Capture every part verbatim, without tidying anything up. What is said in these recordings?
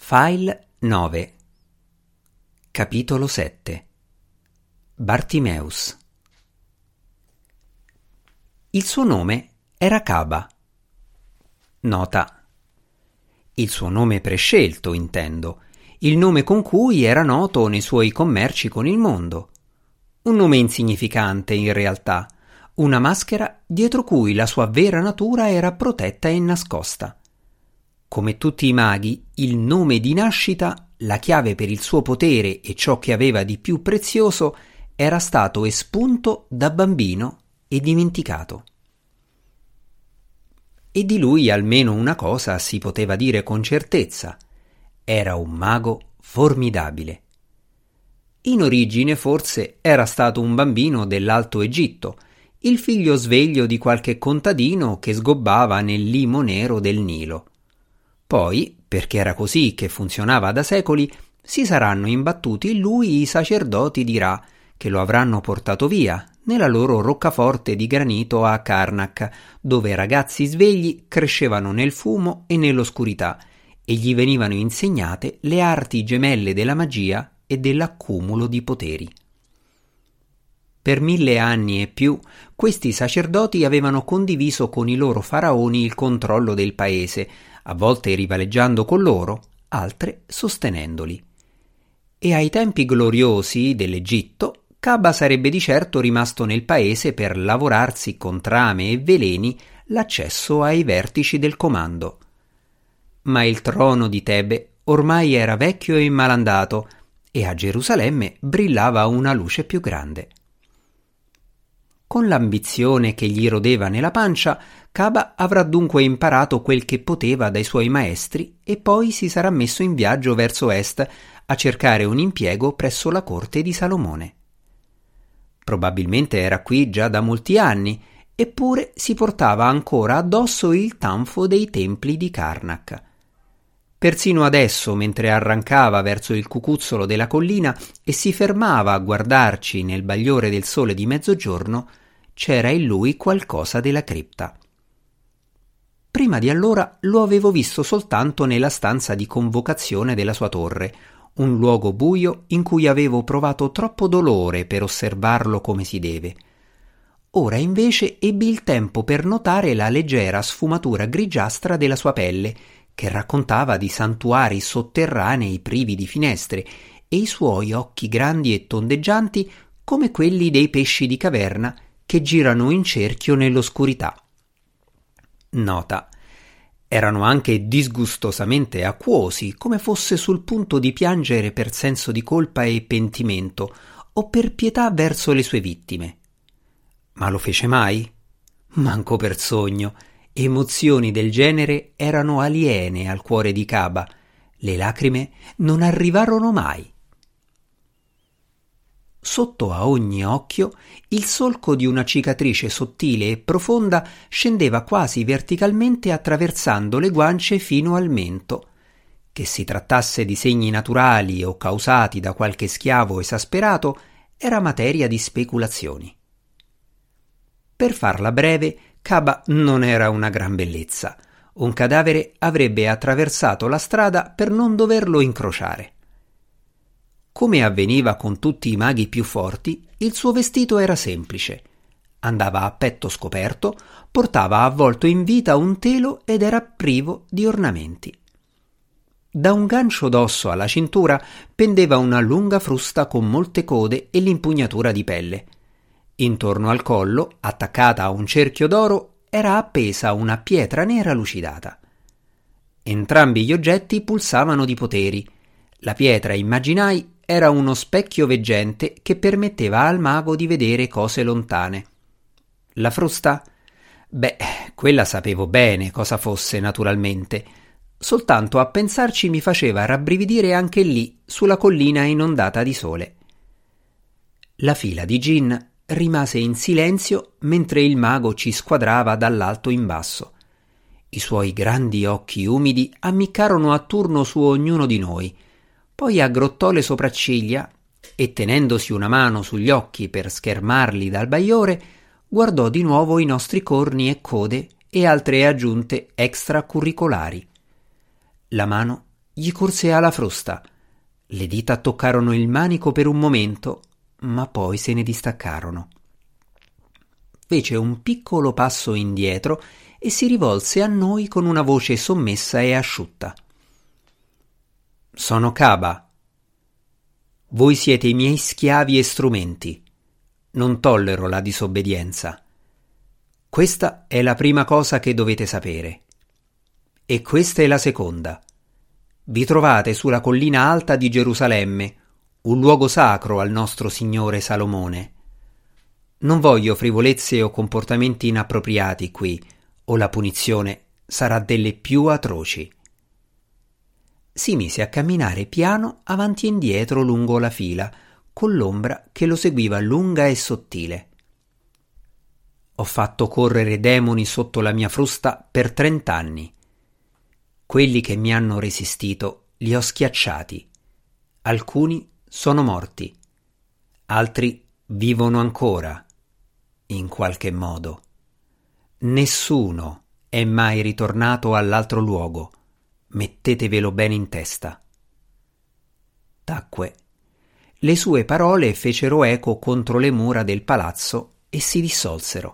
File nove. Capitolo sette. Bartimeus. Il suo nome era Caba. Nota. Il suo nome prescelto, intendo, il nome con cui era noto nei suoi commerci con il mondo. Un nome insignificante, in realtà, una maschera dietro cui la sua vera natura era protetta e nascosta. Come tutti i maghi, il nome di nascita, la chiave per il suo potere e ciò che aveva di più prezioso, era stato espunto da bambino e dimenticato. E di lui almeno una cosa si poteva dire con certezza: era un mago formidabile. In origine forse era stato un bambino dell'Alto Egitto, il figlio sveglio di qualche contadino che sgobbava nel limo nero del Nilo. Poi, perché era così che funzionava da secoli, si saranno imbattuti in lui i sacerdoti di Ra, che lo avranno portato via nella loro roccaforte di granito a Karnak, dove ragazzi svegli crescevano nel fumo e nell'oscurità e gli venivano insegnate le arti gemelle della magia e dell'accumulo di poteri. Per mille anni e più questi sacerdoti avevano condiviso con i loro faraoni il controllo del paese, a volte rivaleggiando con loro, altre sostenendoli. E ai tempi gloriosi dell'Egitto, Caba sarebbe di certo rimasto nel paese per lavorarsi con trame e veleni l'accesso ai vertici del comando. Ma il trono di Tebe ormai era vecchio e malandato e a Gerusalemme brillava una luce più grande. Con l'ambizione che gli rodeva nella pancia, Caba avrà dunque imparato quel che poteva dai suoi maestri e poi si sarà messo in viaggio verso est a cercare un impiego presso la corte di Salomone. Probabilmente era qui già da molti anni, eppure si portava ancora addosso il tanfo dei templi di Karnak. Persino adesso, mentre arrancava verso il cucuzzolo della collina e si fermava a guardarci nel bagliore del sole di mezzogiorno, c'era in lui qualcosa della cripta. Prima di allora lo avevo visto soltanto nella stanza di convocazione della sua torre, un luogo buio in cui avevo provato troppo dolore per osservarlo come si deve. Ora invece ebbi il tempo per notare la leggera sfumatura grigiastra della sua pelle, che raccontava di santuari sotterranei privi di finestre, e i suoi occhi grandi e tondeggianti come quelli dei pesci di caverna che girano in cerchio nell'oscurità. Nota. Erano anche disgustosamente acquosi, come fosse sul punto di piangere per senso di colpa e pentimento, o per pietà verso le sue vittime. Ma lo fece mai? Manco per sogno. Emozioni del genere erano aliene al cuore di Caba. Le lacrime non arrivarono mai. Sotto a ogni occhio il solco di una cicatrice sottile e profonda scendeva quasi verticalmente attraversando le guance fino al mento. Che si trattasse di segni naturali o causati da qualche schiavo esasperato era materia di speculazioni. Per farla breve, Caba non era una gran bellezza. Un cadavere avrebbe attraversato la strada per non doverlo incrociare. Come avveniva con tutti i maghi più forti, il suo vestito era semplice. Andava a petto scoperto, portava avvolto in vita un telo ed era privo di ornamenti. Da un gancio d'osso alla cintura pendeva una lunga frusta con molte code e l'impugnatura di pelle. Intorno al collo, attaccata a un cerchio d'oro, era appesa una pietra nera lucidata. Entrambi gli oggetti pulsavano di poteri. La pietra, immaginai, era uno specchio veggente che permetteva al mago di vedere cose lontane. La frusta? Beh, quella sapevo bene cosa fosse, naturalmente. Soltanto a pensarci mi faceva rabbrividire anche lì, sulla collina inondata di sole. La fila di gin rimase in silenzio mentre il mago ci squadrava dall'alto in basso. I suoi grandi occhi umidi ammiccarono a turno su ognuno di noi. Poi aggrottò le sopracciglia e, tenendosi una mano sugli occhi per schermarli dal bagliore, guardò di nuovo i nostri corni e code e altre aggiunte extracurricolari. La mano Gli corse alla frusta. Le dita toccarono il manico per un momento, ma poi se ne distaccarono. Fece un piccolo passo indietro e si rivolse a noi con una voce sommessa e asciutta. Sono Kaba. Voi siete i miei schiavi e strumenti. Non tollero la disobbedienza. Questa è la prima cosa che dovete sapere. E questa è la seconda. Vi trovate sulla collina alta di Gerusalemme, un luogo sacro al nostro Signore Salomone. Non voglio frivolezze o comportamenti inappropriati qui, o la punizione sarà delle più atroci. Si mise a camminare piano avanti e indietro lungo la fila, con l'ombra che lo seguiva lunga e sottile. Ho fatto correre demoni sotto la mia frusta per trent'anni. Quelli che mi hanno resistito li ho schiacciati. Alcuni sono morti, altri vivono ancora, in qualche modo. Nessuno è mai ritornato all'altro luogo. Mettetevelo bene in testa. Tacque. Le sue parole fecero eco contro le mura del palazzo e si dissolsero.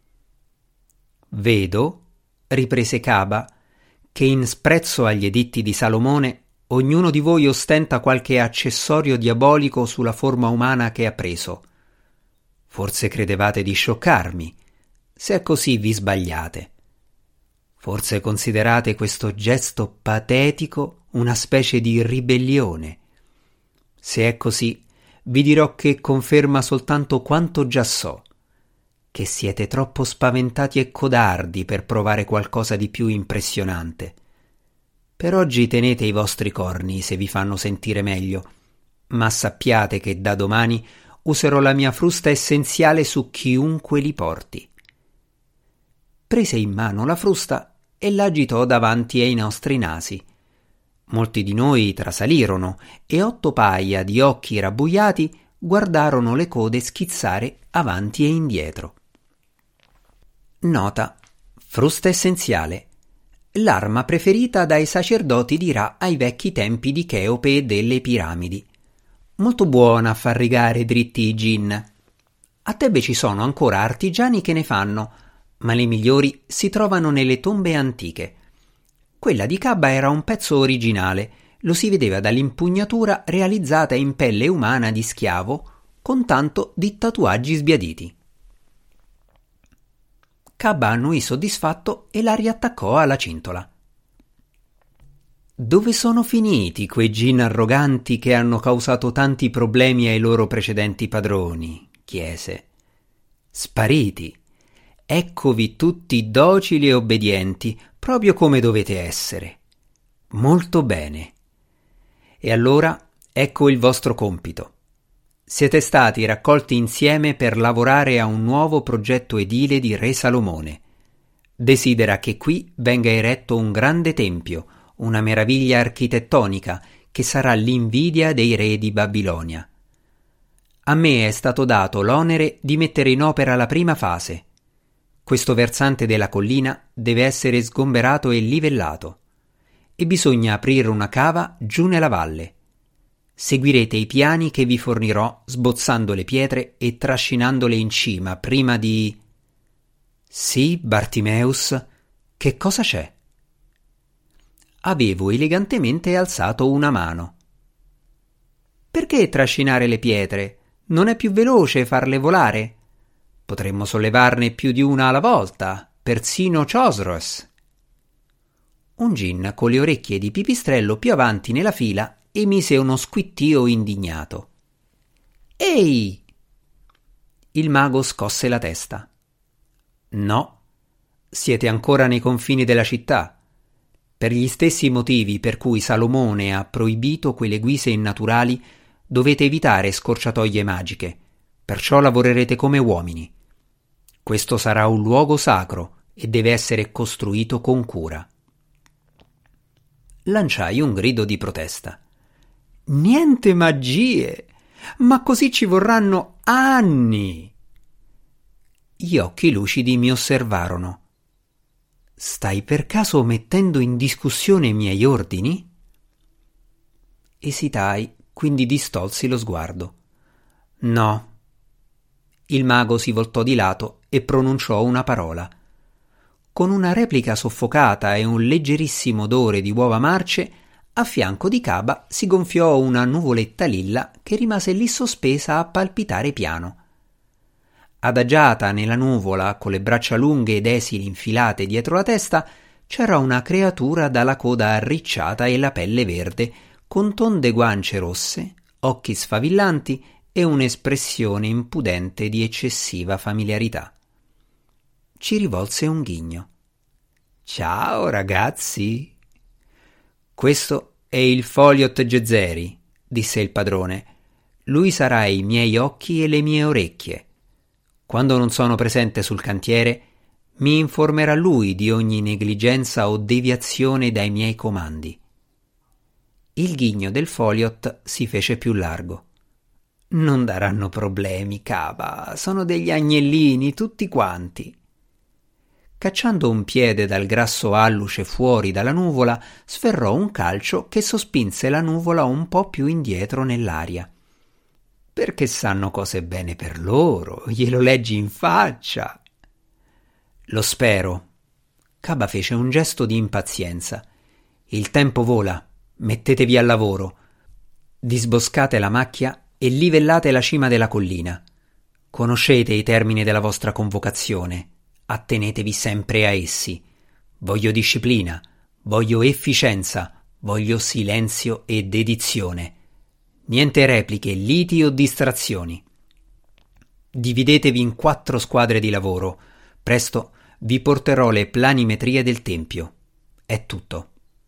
Vedo, riprese Kaba, che in sprezzo agli editti di Salomone ognuno di voi ostenta qualche accessorio diabolico sulla forma umana che ha preso. Forse credevate di scioccarmi. Se è così vi sbagliate. Forse considerate questo gesto patetico una specie di ribellione. Se è così, vi dirò che conferma soltanto quanto già so, che siete troppo spaventati e codardi per provare qualcosa di più impressionante. Per oggi tenete i vostri corni se vi fanno sentire meglio, ma sappiate che da domani userò la mia frusta essenziale su chiunque li porti. Prese in mano la frusta e l'agitò davanti ai nostri nasi. Molti di noi trasalirono e otto paia di occhi rabbuiati guardarono le code schizzare avanti e indietro. Nota: frusta essenziale. L'arma preferita dai sacerdoti di Ra ai vecchi tempi di Cheope e delle piramidi. Molto buona a far rigare dritti i gin. A Tebe ci sono ancora artigiani che ne fanno, ma le migliori si trovano nelle tombe antiche. Quella di Kaba era un pezzo originale, lo si vedeva dall'impugnatura realizzata in pelle umana di schiavo, con tanto di tatuaggi sbiaditi. Kaba annuì soddisfatto e la riattaccò alla cintola. Dove sono finiti quei gin arroganti che hanno causato tanti problemi ai loro precedenti padroni? Chiese. Spariti. Eccovi tutti docili e obbedienti, proprio come dovete essere. Molto bene. E allora ecco il vostro compito. Siete stati raccolti insieme per lavorare a un nuovo progetto edile di Re Salomone. Desidera che qui venga eretto un grande tempio, una meraviglia architettonica che sarà l'invidia dei re di Babilonia. A me è stato dato l'onere di mettere in opera la prima fase. Questo versante della collina deve essere sgomberato e livellato, e bisogna aprire una cava giù nella valle. Seguirete i piani che vi fornirò sbozzando le pietre e trascinandole in cima prima di... Sì, Bartimeus, che cosa c'è? Avevo elegantemente alzato una mano. Perché trascinare le pietre? Non è più veloce farle volare? Potremmo sollevarne più di una alla volta, persino Chosroes. Un gin con le orecchie di pipistrello più avanti nella fila emise uno squittio indignato. Ehi! Il mago scosse la testa. No, siete ancora nei confini della città. Per gli stessi motivi per cui Salomone ha proibito quelle guise innaturali, dovete evitare scorciatoie magiche, perciò lavorerete come uomini. Questo sarà un luogo sacro e deve essere costruito con cura. Lanciai un grido di protesta. Niente magie! Ma così ci vorranno anni! Gli occhi lucidi mi osservarono. Stai per caso mettendo in discussione i miei ordini? Esitai, quindi distolsi lo sguardo. No. Il mago si voltò di lato e pronunciò una parola. Con una replica soffocata e un leggerissimo odore di uova marce, a fianco di Caba si gonfiò una nuvoletta lilla che rimase lì sospesa a palpitare piano. Adagiata nella nuvola, con le braccia lunghe ed esili infilate dietro la testa, c'era una creatura dalla coda arricciata e la pelle verde, con tonde guance rosse, occhi sfavillanti e un'espressione impudente di eccessiva familiarità. Ci rivolse un ghigno. «Ciao, ragazzi!» «Questo è il Foliot Gezzeri», disse il padrone. «Lui sarà i miei occhi e le mie orecchie. Quando non sono presente sul cantiere, mi informerà lui di ogni negligenza o deviazione dai miei comandi». Il ghigno del Foliot si fece più largo. «Non daranno problemi, Caba, sono degli agnellini tutti quanti». Cacciando un piede dal grasso alluce fuori dalla nuvola, sferrò un calcio che sospinse la nuvola un po' più indietro nell'aria. «Perché sanno cose bene per loro, glielo leggi in faccia». «Lo spero». Caba fece un gesto di impazienza. «Il tempo vola, mettetevi al lavoro. Disboscate la macchia e livellate la cima della collina. Conoscete i termini della vostra convocazione. Attenetevi sempre a essi. Voglio disciplina, voglio efficienza, voglio silenzio e dedizione. Niente repliche, liti o distrazioni. Dividetevi in quattro squadre di lavoro. Presto vi porterò le planimetrie del tempio. È tutto».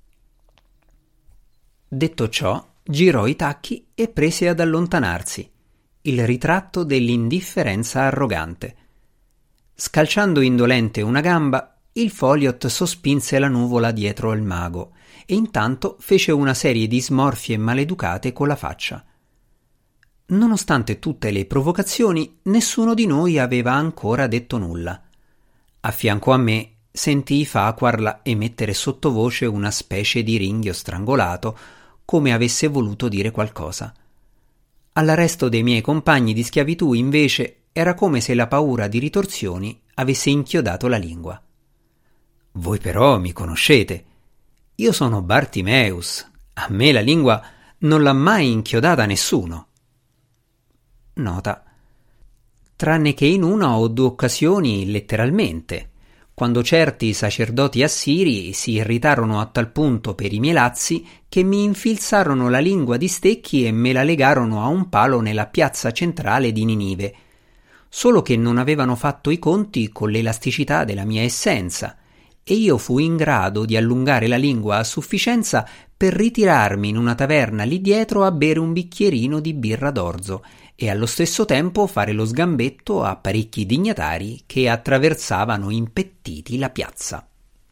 Detto ciò, girò i tacchi e prese ad allontanarsi, il ritratto dell'indifferenza arrogante. Scalciando indolente una gamba, il Foliot sospinse la nuvola dietro al mago e intanto fece una serie di smorfie maleducate con la faccia. Nonostante tutte le provocazioni, nessuno di noi aveva ancora detto nulla. A fianco a me sentii Farquhar emettere sottovoce una specie di ringhio strangolato, come avesse voluto dire qualcosa. All'arresto dei miei compagni di schiavitù, invece, era come se la paura di ritorsioni avesse inchiodato la lingua. «Voi però mi conoscete. Io sono Bartimeus. A me la lingua non l'ha mai inchiodata nessuno». Nota: tranne che in una o due occasioni letteralmente, quando certi sacerdoti assiri si irritarono a tal punto per i miei lazzi che mi infilzarono la lingua di stecchi e me la legarono a un palo nella piazza centrale di Ninive, solo che non avevano fatto i conti con l'elasticità della mia essenza, e io fui in grado di allungare la lingua a sufficienza per ritirarmi in una taverna lì dietro a bere un bicchierino di birra d'orzo e allo stesso tempo fare lo sgambetto a parecchi dignatari che attraversavano impettiti la piazza.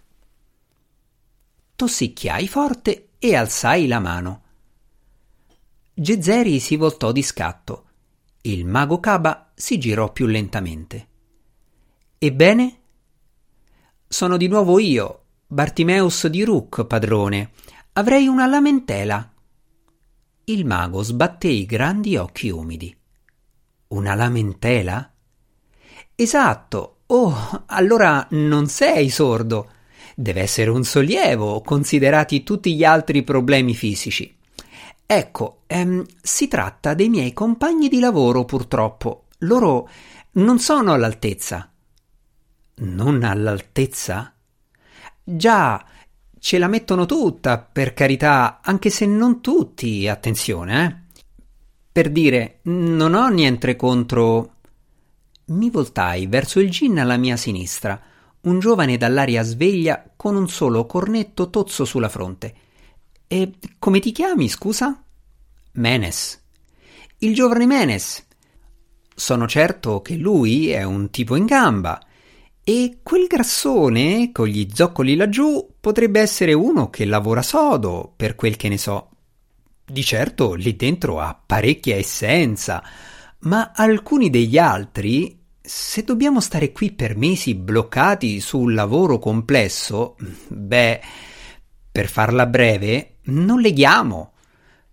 Tossicchiai forte e alzai la mano. Gezzeri si voltò di scatto. Il mago Caba si girò più lentamente. «Ebbene?» «Sono di nuovo io, Bartimeus di Rook, padrone. Avrei una lamentela». Il mago sbatté i grandi occhi umidi. «Una lamentela?» «Esatto. Oh, allora non sei sordo. Deve essere un sollievo, considerati tutti gli altri problemi fisici. Ecco, ehm, si tratta dei miei compagni di lavoro, purtroppo. Loro non sono all'altezza». «Non all'altezza?» «Già, ce la mettono tutta, per carità, anche se non tutti, attenzione, eh. Per dire, non ho niente contro». Mi voltai verso il gin alla mia sinistra, un giovane dall'aria sveglia con un solo cornetto tozzo sulla fronte. «E come ti chiami, scusa?» «Menes». «Il giovane Menes. Sono certo che lui è un tipo in gamba. E quel grassone con gli zoccoli laggiù potrebbe essere uno che lavora sodo, per quel che ne so. Di certo lì dentro ha parecchia essenza, ma alcuni degli altri, se dobbiamo stare qui per mesi bloccati su un lavoro complesso, beh, per farla breve, non leghiamo.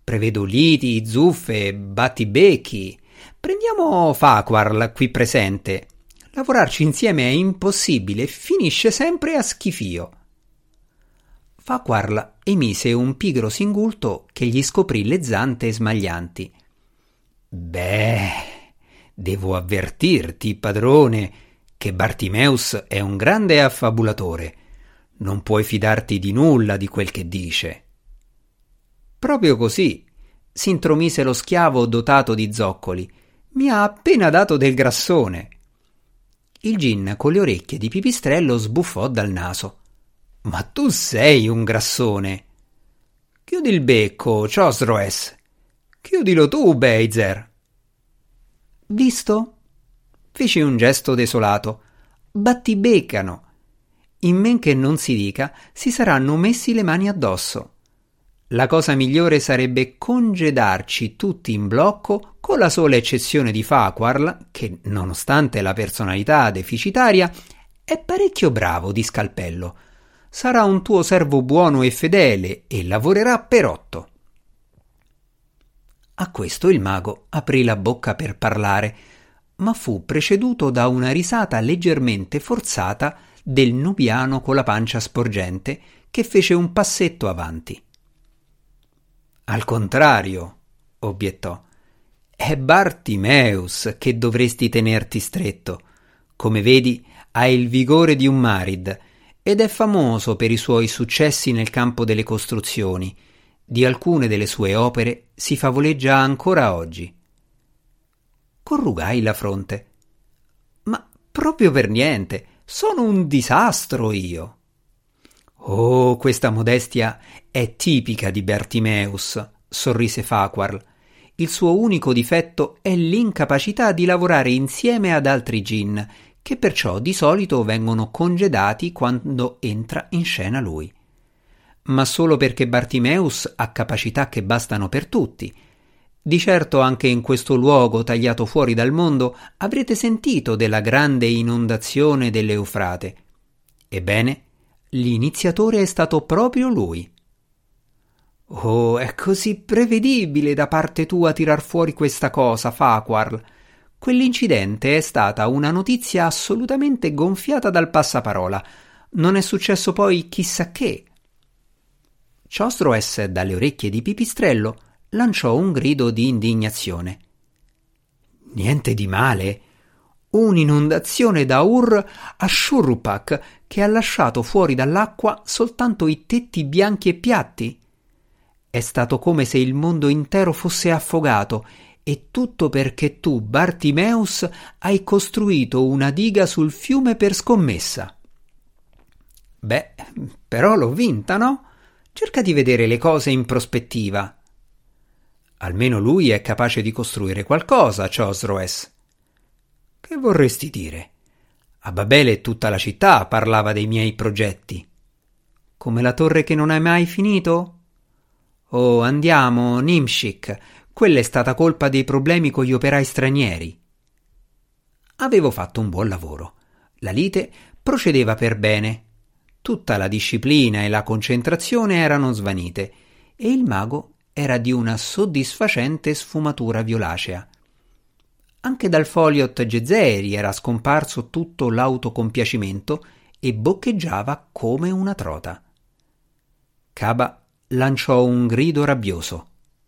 Prevedo liti, zuffe, battibecchi. Prendiamo Farquhar qui presente. Lavorarci insieme è impossibile e finisce sempre a schifio. Farquhar emise un pigro singulto che gli scoprì le zante smaglianti. Beh, devo avvertirti, padrone, che Bartimeus è un grande affabulatore. Non puoi fidarti di nulla di quel che dice. Proprio così, s'intromise lo schiavo dotato di zoccoli. Mi ha appena dato del grassone. Il gin con le orecchie di Pipistrello sbuffò dal naso. Ma tu sei un grassone. Chiudi il becco, Chosroes. Chiudilo tu, Beizer. Visto? Feci un gesto desolato. Battibeccano. In men che non si dica, si saranno messi le mani addosso. La cosa migliore sarebbe congedarci tutti in blocco, con la sola eccezione di Farquhar, che, nonostante la personalità deficitaria, è parecchio bravo di scalpello. Sarà un tuo servo buono e fedele e lavorerà per otto. A questo il mago aprì la bocca per parlare, ma fu preceduto da una risata leggermente forzata del nubiano con la pancia sporgente, che fece un passetto avanti. Al contrario, obiettò, è Bartimeus che dovresti tenerti stretto. Come vedi, ha il vigore di un Marid ed è famoso per i suoi successi nel campo delle costruzioni. Di alcune delle sue opere si favoleggia ancora oggi. Corrugai la fronte. Ma proprio per niente, sono un disastro io. Oh, questa modestia è tipica di Bartimeus, sorrise Farquhar. Il suo unico difetto è l'incapacità di lavorare insieme ad altri gin, che perciò di solito vengono congedati quando entra in scena lui. Ma solo perché Bartimeus ha capacità che bastano per tutti. Di certo anche in questo luogo tagliato fuori dal mondo avrete sentito della grande inondazione dell'Eufrate. Ebbene, l'iniziatore è stato proprio lui. Oh, è così prevedibile da parte tua tirar fuori questa cosa, Farquhar. Quell'incidente è stata una notizia assolutamente gonfiata dal passaparola. Non è successo poi chissà che. Chosroes, dalle orecchie di Pipistrello, lanciò un grido di indignazione. Niente di male. Un'inondazione da Ur a Shuruppak che ha lasciato fuori dall'acqua soltanto i tetti bianchi e piatti. È stato come se il mondo intero fosse affogato, e tutto perché tu, Bartimeus, hai costruito una diga sul fiume per scommessa. Beh, però l'ho vinta, no? Cerca di vedere le cose in prospettiva. Almeno lui è capace di costruire qualcosa, Chosroes. Che vorresti dire? A Babele tutta la città parlava dei miei progetti. Come la torre che non hai mai finito? Oh, andiamo, Nimshik. Quella è stata colpa dei problemi con gli operai stranieri. Avevo fatto un buon lavoro. La lite procedeva per bene. Tutta la disciplina e la concentrazione erano svanite e il mago era di una soddisfacente sfumatura violacea. Anche dal Foliot Gezeri era scomparso tutto l'autocompiacimento e boccheggiava come una trota. Caba lanciò un grido rabbioso.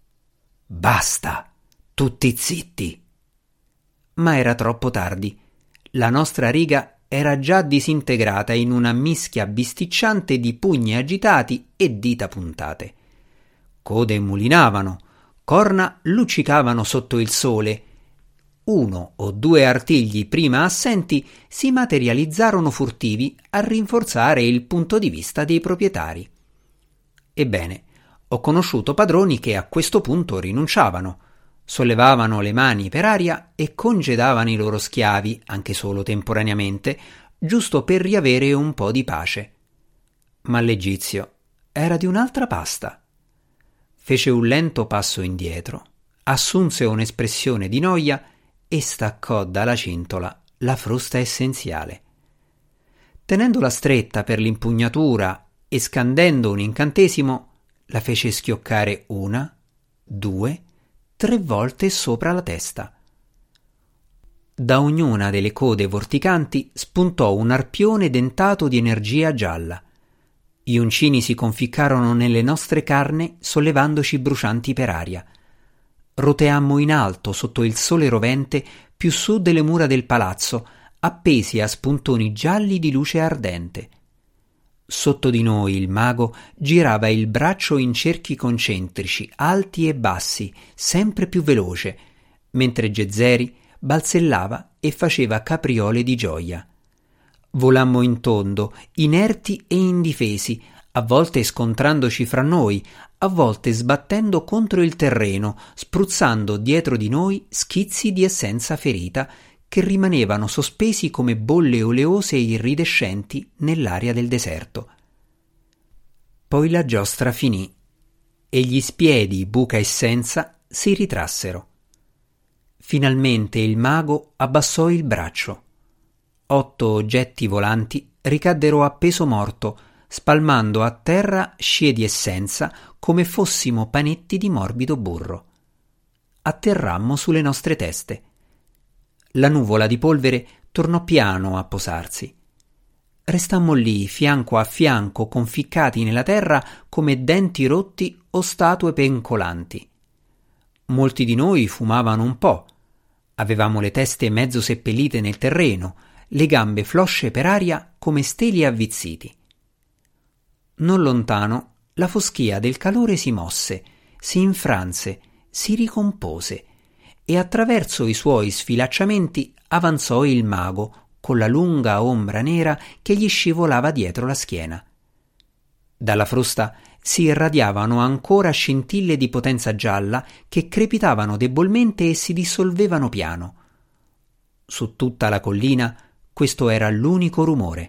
Basta! Tutti zitti! Ma era troppo tardi. La nostra riga era già disintegrata in una mischia bisticciante di pugni agitati e dita puntate. Code mulinavano, corna luccicavano sotto il sole. Uno o due artigli prima assenti si materializzarono furtivi a rinforzare il punto di vista dei proprietari. Ebbene, ho conosciuto padroni che a questo punto rinunciavano, sollevavano le mani per aria e congedavano i loro schiavi, anche solo temporaneamente, giusto per riavere un po' di pace. Ma l'egizio era di un'altra pasta. Fece un lento passo indietro, assunse un'espressione di noia e staccò dalla cintola la frusta essenziale. Tenendola stretta per l'impugnatura e scandendo un incantesimo, la fece schioccare una, due, tre volte sopra la testa. Da ognuna delle code vorticanti spuntò un arpione dentato di energia gialla. Gli uncini si conficcarono nelle nostre carne, sollevandoci brucianti per aria. Roteammo in alto sotto il sole rovente più su delle mura del palazzo, appesi a spuntoni gialli di luce ardente. Sotto di noi il mago girava il braccio in cerchi concentrici, alti e bassi, sempre più veloce, mentre Gezzeri balzellava e faceva capriole di gioia. Volammo in tondo, inerti e indifesi, a volte scontrandoci fra noi, a volte sbattendo contro il terreno, spruzzando dietro di noi schizzi di essenza ferita che rimanevano sospesi come bolle oleose e iridescenti nell'aria del deserto. Poi la giostra finì e gli spiedi buca essenza si ritrassero. Finalmente il mago abbassò il braccio. Otto oggetti volanti ricaddero a peso morto, spalmando a terra scie di essenza come fossimo panetti di morbido burro. Atterrammo sulle nostre teste. La nuvola di polvere tornò piano a posarsi. Restammo lì, fianco a fianco, conficcati nella terra come denti rotti o statue pencolanti. Molti di noi fumavano un po'. Avevamo le teste mezzo seppellite nel terreno, le gambe flosce per aria come steli avvizziti. Non lontano, la foschia del calore si mosse, si infranse, si ricompose e attraverso i suoi sfilacciamenti avanzò il mago con la lunga ombra nera che gli scivolava dietro la schiena. Dalla frusta si irradiavano ancora scintille di potenza gialla che crepitavano debolmente e si dissolvevano piano. Su tutta la collina questo era l'unico rumore.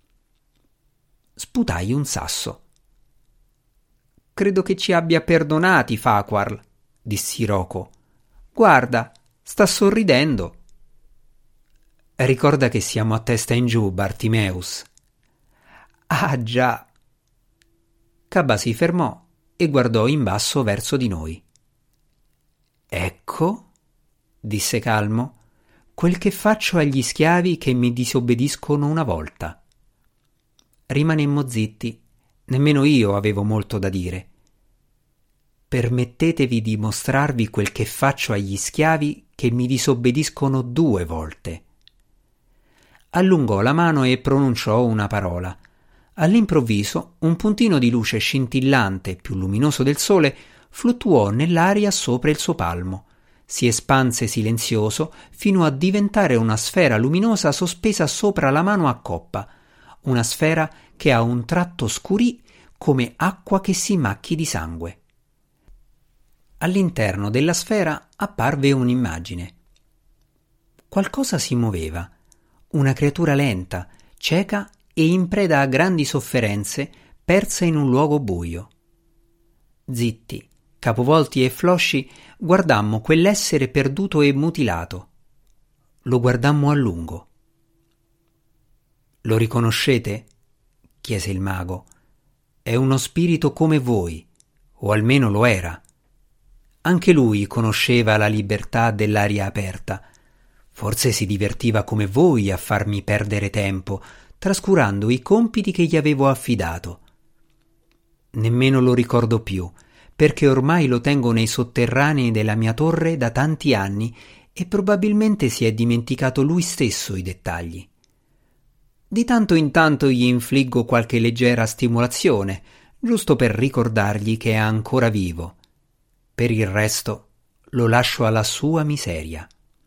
Sputai un sasso. «Credo che ci abbia perdonati, Farquaad», dissi roco. «Guarda, sta sorridendo». «Ricorda che siamo a testa in giù, Bartimeus». «Ah, già». Cabba si fermò e guardò in basso verso di noi. «Ecco», disse calmo, «quel che faccio agli schiavi che mi disobbediscono una volta». Rimanemmo zitti, nemmeno io avevo molto da dire. «Permettetevi di mostrarvi quel che faccio agli schiavi che mi disobbediscono due volte». Allungò la mano e pronunciò una parola. All'improvviso un puntino di luce scintillante, più luminoso del sole, fluttuò nell'aria sopra il suo palmo. Si espanse silenzioso fino a diventare una sfera luminosa sospesa sopra la mano a coppa, una sfera che a un tratto scurì come acqua che si macchi di sangue. All'interno della sfera apparve un'immagine. Qualcosa si muoveva, una creatura lenta, cieca e in preda a grandi sofferenze, persa in un luogo buio. Zitti, capovolti e flosci, guardammo quell'essere perduto e mutilato. Lo guardammo a lungo. «Lo riconoscete?» chiese il mago. «È uno spirito come voi, o almeno lo era. Anche lui conosceva la libertà dell'aria aperta. Forse si divertiva come voi a farmi perdere tempo, trascurando i compiti che gli avevo affidato. Nemmeno lo ricordo più, perché ormai lo tengo nei sotterranei della mia torre da tanti anni e probabilmente si è dimenticato lui stesso i dettagli. Di tanto in tanto gli infliggo qualche leggera stimolazione, giusto per ricordargli che è ancora vivo. Per il resto lo lascio alla sua miseria».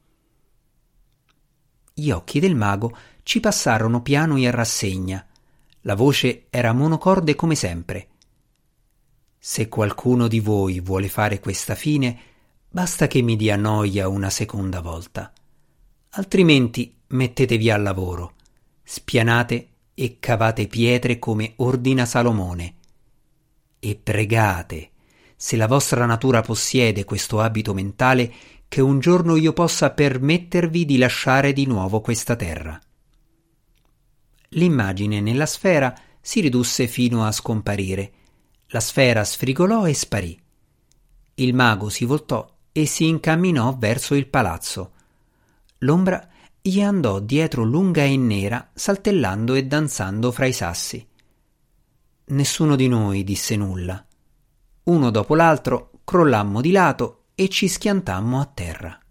Gli occhi del mago ci passarono piano in rassegna. La voce era monocorde come sempre. «Se qualcuno di voi vuole fare questa fine, basta che mi dia noia una seconda volta. Altrimenti mettetevi al lavoro, spianate e cavate pietre come ordina Salomone. E pregate, se la vostra natura possiede questo abito mentale, che un giorno io possa permettervi di lasciare di nuovo questa terra». L'immagine nella sfera si ridusse fino a scomparire. La sfera sfrigolò e sparì. Il mago si voltò e si incamminò verso il palazzo. L'ombra gli andò dietro lunga e nera, saltellando e danzando fra i sassi. Nessuno di noi disse nulla. Uno dopo l'altro crollammo di lato e ci schiantammo a terra.